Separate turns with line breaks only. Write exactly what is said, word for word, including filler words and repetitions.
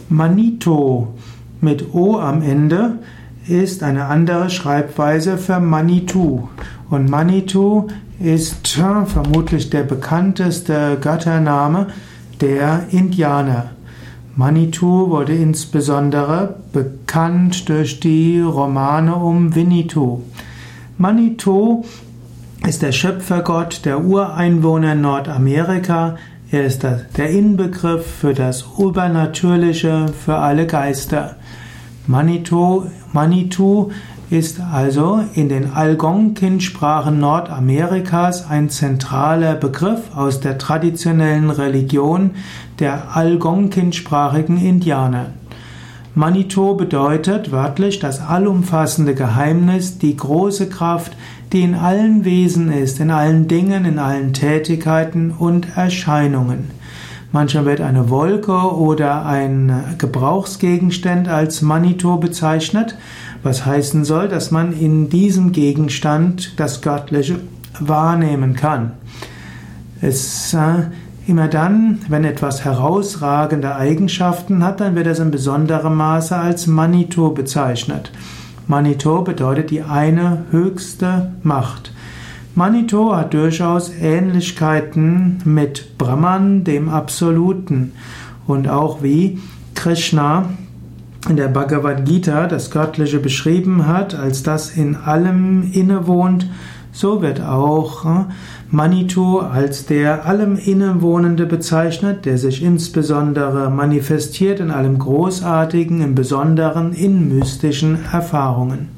Manito mit O am Ende ist eine andere Schreibweise für Manitou. Und Manitou ist vermutlich der bekannteste Göttername der Indianer. Manitou wurde insbesondere bekannt durch die Romane um Winnetou. Manitou ist der Schöpfergott der Ureinwohner Nordamerika. Er ist der Inbegriff für das Übernatürliche, für alle Geister. Manitou, Manitou ist also in den Algonquin-Sprachen Nordamerikas ein zentraler Begriff aus der traditionellen Religion der Algonquin-sprachigen Indianer. Manitou bedeutet wörtlich das allumfassende Geheimnis, die große Kraft, die in allen Wesen ist, in allen Dingen, in allen Tätigkeiten und Erscheinungen. Manchmal wird eine Wolke oder ein Gebrauchsgegenstand als Manitou bezeichnet, was heißen soll, dass man in diesem Gegenstand das Göttliche wahrnehmen kann. Es äh, immer dann, wenn etwas herausragende Eigenschaften hat, dann wird es in besonderem Maße als Manitou bezeichnet. Manitou bedeutet die eine höchste Macht. Manitou hat durchaus Ähnlichkeiten mit Brahman, dem Absoluten, und auch wie Krishna in der Bhagavad Gita das Göttliche beschrieben hat, als das in allem innewohnt, so wird auch Manitou als der allem Innewohnende bezeichnet, der sich insbesondere manifestiert in allem Großartigen, im Besonderen, in mystischen Erfahrungen.